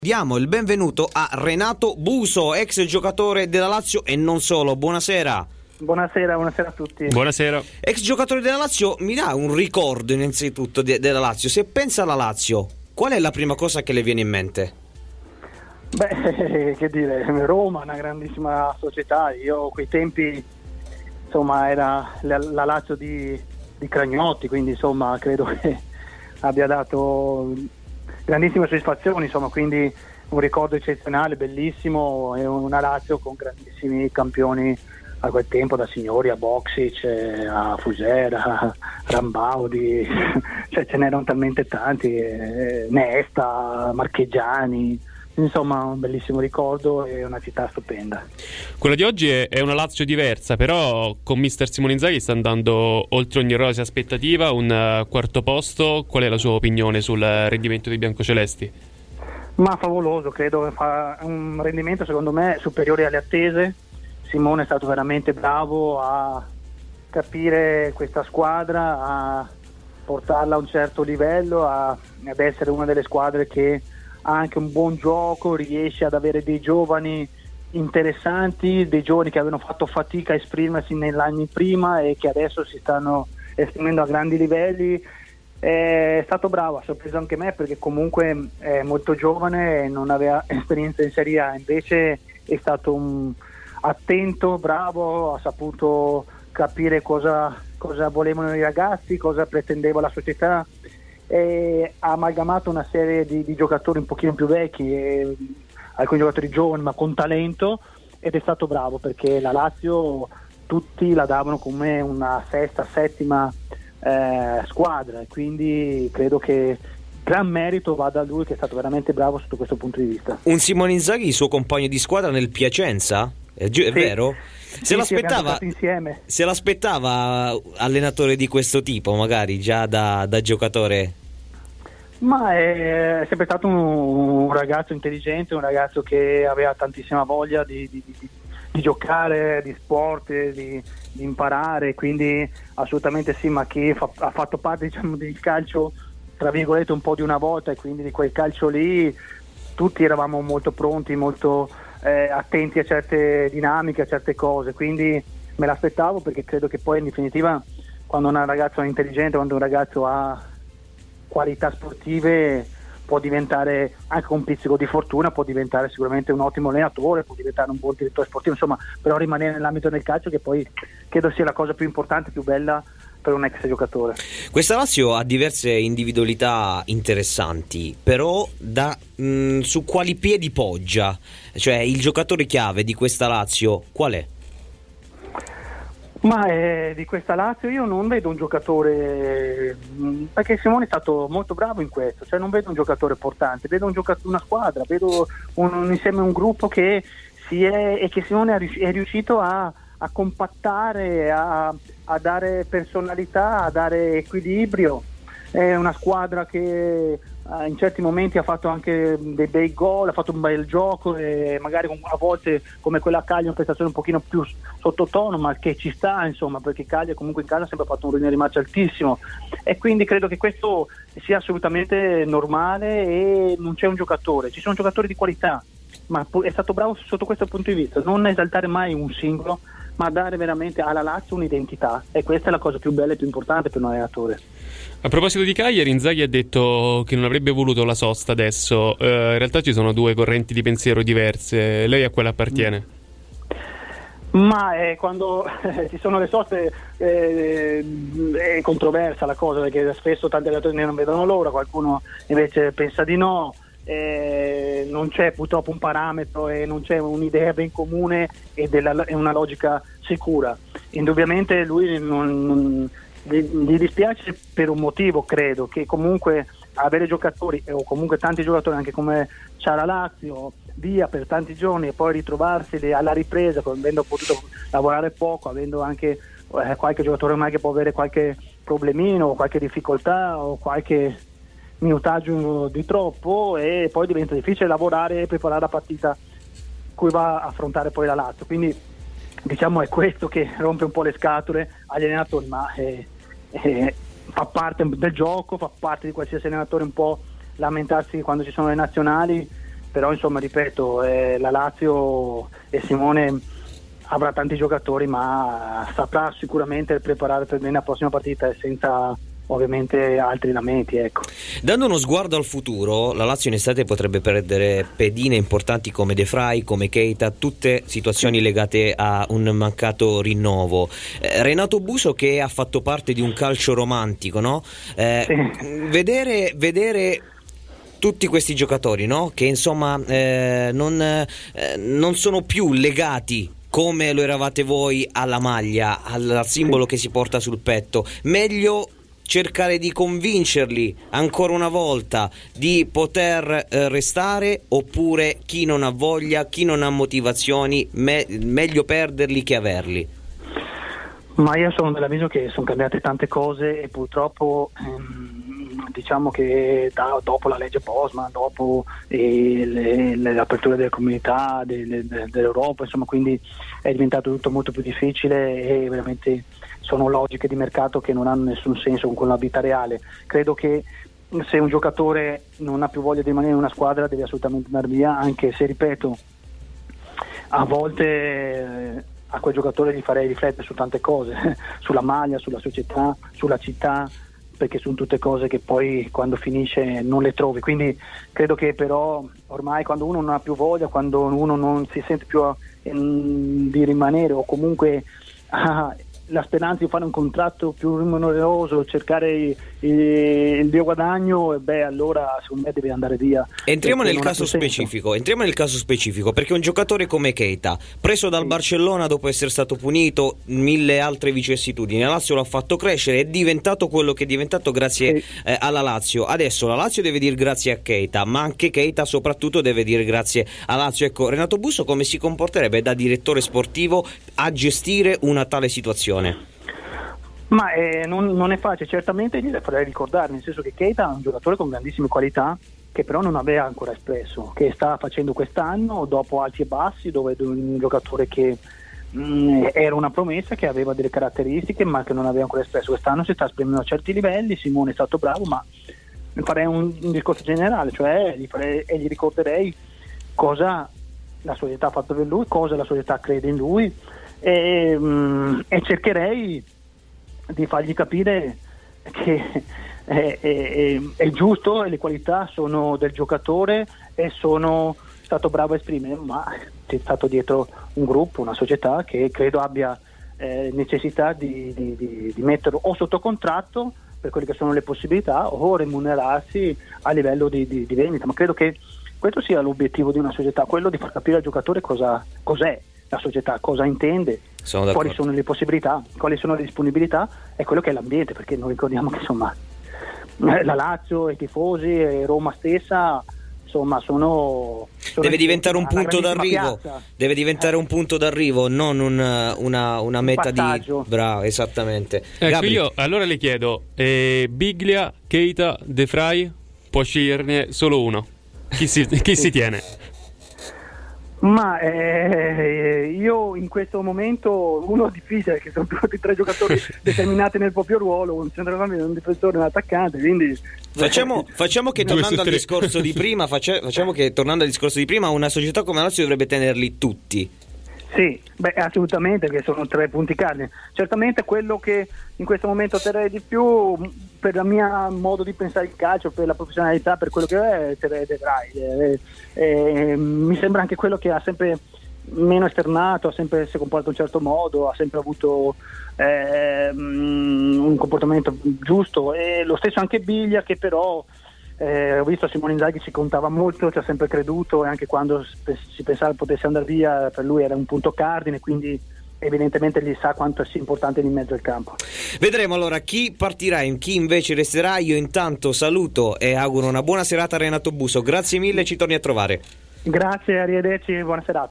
Diamo il benvenuto a Renato Buso, ex giocatore della Lazio e non solo. Buonasera. Buonasera a tutti. Buonasera. Ex giocatore della Lazio, mi dà un ricordo innanzitutto della Lazio. Se pensa alla Lazio, qual è la prima cosa che le viene in mente? Beh, che dire, Roma, una grandissima società. Io quei tempi, insomma, era la Lazio di Cragnotti, quindi insomma credo che abbia dato grandissime soddisfazioni, insomma, quindi un ricordo eccezionale, bellissimo, e una Lazio con grandissimi campioni a quel tempo, da Signori a Boksic, a Fusera, a Rambaudi, cioè ce n'erano talmente tanti, Nesta, Marchegiani, insomma un bellissimo ricordo e una città stupenda. Quella di oggi è una Lazio diversa, però con mister Simone Inzaghi sta andando oltre ogni rosea aspettativa, un quarto posto. Qual è la sua opinione sul rendimento dei biancocelesti? Ma favoloso, credo che fa un rendimento secondo me superiore alle attese. Simone è stato veramente bravo a capire questa squadra, a portarla a un certo livello, ad essere una delle squadre che ha anche un buon gioco, riesce ad avere dei giovani interessanti, dei giovani che avevano fatto fatica a esprimersi negli anni prima e che adesso si stanno esprimendo a grandi livelli. È stato bravo, ha sorpreso anche me perché comunque è molto giovane e non aveva esperienza in Serie A, invece è stato attento, bravo, ha saputo capire cosa volevano i ragazzi, cosa pretendeva la società, e ha amalgamato una serie di giocatori un pochino più vecchi e alcuni giocatori giovani ma con talento, ed è stato bravo perché la Lazio tutti la davano come una sesta, settima squadra, e quindi credo che gran merito vada a lui, che è stato veramente bravo sotto questo punto di vista. Un Simone Inzaghi, suo compagno di squadra nel Piacenza? È vero? Se l'aspettava allenatore di questo tipo, magari già da giocatore? Ma è sempre stato un ragazzo intelligente, un ragazzo che aveva tantissima voglia di giocare, di sport, di imparare, quindi assolutamente sì, ma che ha fatto parte, diciamo, del calcio tra virgolette un po' di una volta, e quindi di quel calcio lì tutti eravamo molto pronti, molto attenti a certe dinamiche, a certe cose, quindi me l'aspettavo, perché credo che poi in definitiva quando un ragazzo è intelligente, quando un ragazzo ha qualità sportive, può diventare anche con un pizzico di fortuna, può diventare sicuramente un ottimo allenatore, può diventare un buon direttore sportivo, insomma, però rimanere nell'ambito del calcio, che poi credo sia la cosa più importante, più bella per un ex giocatore. Questa Lazio ha diverse individualità interessanti, però su quali piedi poggia? Cioè, il giocatore chiave di questa Lazio qual è? Ma di questa Lazio io non vedo un giocatore, perché Simone è stato molto bravo in questo, cioè non vedo un giocatore portante, vedo una squadra, vedo insieme un gruppo che e che Simone è riuscito a compattare, a dare personalità, a dare equilibrio. È una squadra che in certi momenti ha fatto anche dei bei gol, ha fatto un bel gioco, e magari a volte come quella a Cagliari una prestazione un pochino più sottotono, ma che ci sta, insomma, perché Cagliari comunque in casa ha sempre fatto un ritmo di marcia altissimo, e quindi credo che questo sia assolutamente normale, e non c'è un giocatore, ci sono giocatori di qualità, ma è stato bravo sotto questo punto di vista, non esaltare mai un singolo, ma dare veramente alla Lazio un'identità, e questa è la cosa più bella e più importante per un allenatore. A proposito di Cagliari, Inzaghi ha detto che non avrebbe voluto la sosta adesso. In realtà ci sono due correnti di pensiero diverse. Lei a quale appartiene? Ma quando ci sono le soste è controversa la cosa, perché spesso tanti allenatori non vedono l'ora, qualcuno invece pensa di no. Non c'è purtroppo un parametro e non c'è un'idea ben comune e una logica sicura. Indubbiamente lui gli dispiace per un motivo, credo, che comunque avere giocatori o comunque tanti giocatori anche come c'ha la Lazio via per tanti giorni e poi ritrovarsi alla ripresa, avendo potuto lavorare poco, avendo anche qualche giocatore ormai che può avere qualche problemino o qualche difficoltà o qualche minutaggio di troppo, e poi diventa difficile lavorare e preparare la partita cui va a affrontare poi la Lazio, quindi diciamo è questo che rompe un po' le scatole agli allenatori, ma fa parte del gioco, fa parte di qualsiasi allenatore un po' lamentarsi quando ci sono le nazionali, però insomma ripeto, la Lazio e Simone avrà tanti giocatori, ma saprà sicuramente preparare per bene la prossima partita senza ovviamente altri lamenti, ecco. Dando uno sguardo al futuro, la Lazio in estate potrebbe perdere pedine importanti come De Vrij, come Keita, tutte situazioni legate a un mancato rinnovo. Renato Buso, che ha fatto parte di un calcio romantico, no? Vedere tutti questi giocatori, no? Che insomma non sono più legati come lo eravate voi alla maglia, al simbolo che si porta sul petto. Meglio cercare di convincerli ancora una volta di poter restare, oppure chi non ha voglia, chi non ha motivazioni, meglio perderli che averli? Ma io sono dell'avviso che sono cambiate tante cose e purtroppo diciamo che dopo la legge Bosman, dopo l'apertura delle comunità dell'Europa, insomma, quindi è diventato tutto molto più difficile e veramente sono logiche di mercato che non hanno nessun senso con la vita reale. Credo che se un giocatore non ha più voglia di rimanere in una squadra deve assolutamente andare via, anche se, ripeto, a volte a quel giocatore gli farei riflettere su tante cose, sulla maglia, sulla società, sulla città, perché sono tutte cose che poi quando finisce non le trovi. Quindi credo che però ormai quando uno non ha più voglia, quando uno non si sente più di rimanere, o comunque la speranza di fare un contratto più remuneroso, cercare il mio guadagno, allora secondo me deve andare via. Entriamo nel caso specifico, perché un giocatore come Keita, preso dal Barcellona dopo essere stato punito, 1000 altre vicissitudini, la Lazio l'ha fatto crescere, è diventato quello che è diventato grazie alla Lazio. Adesso la Lazio deve dire grazie a Keita, ma anche Keita soprattutto deve dire grazie a Lazio. Ecco, Renato Buso come si comporterebbe da direttore sportivo a gestire una tale situazione? Ma non è facile, certamente gliele farei ricordare, nel senso che Keita è un giocatore con grandissime qualità che però non aveva ancora espresso, che sta facendo quest'anno dopo alti e bassi, dove un giocatore che era una promessa, che aveva delle caratteristiche ma che non aveva ancora espresso. Quest'anno si sta esprimendo a certi livelli, Simone è stato bravo, ma farei un discorso generale, cioè gli ricorderei cosa la società ha fatto per lui, cosa la società crede in lui, e cercherei di fargli capire che è giusto e le qualità sono del giocatore e sono stato bravo a esprimere, ma c'è stato dietro un gruppo, una società che credo abbia necessità di metterlo o sotto contratto per quelle che sono le possibilità, o remunerarsi a livello di vendita. Ma credo che questo sia l'obiettivo di una società, quello di far capire al giocatore cos'è la società, cosa intende, quali sono le possibilità, quali sono le disponibilità e quello che è l'ambiente, perché noi ricordiamo che insomma la Lazio, i tifosi e Roma stessa insomma sono deve diventare un punto d'arrivo, deve diventare un punto d'arrivo, non una meta passaggio. Bravo, esattamente. Ecco, io allora le chiedo, Biglia, Keita, De Vrij, può sceglierne solo uno, chi si tiene? Ma io in questo momento uno è difficile, perché sono tutti tre giocatori determinati nel proprio ruolo, un centrocampista, un difensore e un attaccante, quindi facciamo che tornando al discorso di prima, una società come la Lazio dovrebbe tenerli tutti. Sì, assolutamente, perché sono tre punti cardine. Certamente quello che in questo momento terrei di più, per il mio modo di pensare il calcio, per la professionalità, per quello che è, terrei De Vrij. Mi sembra anche quello che ha sempre meno esternato, si è comportato in un certo modo, ha sempre avuto un comportamento giusto, e lo stesso anche Biglia, che però ho visto Simone Inzaghi ci contava molto, ci ha sempre creduto, e anche quando si pensava potesse andare via per lui era un punto cardine, quindi evidentemente gli sa quanto sia importante lì in mezzo al campo. Vedremo allora chi partirà e chi invece resterà. Io intanto saluto e auguro una buona serata a Renato Buso, grazie mille, ci torni a trovare. Grazie, arrivederci, buona serata.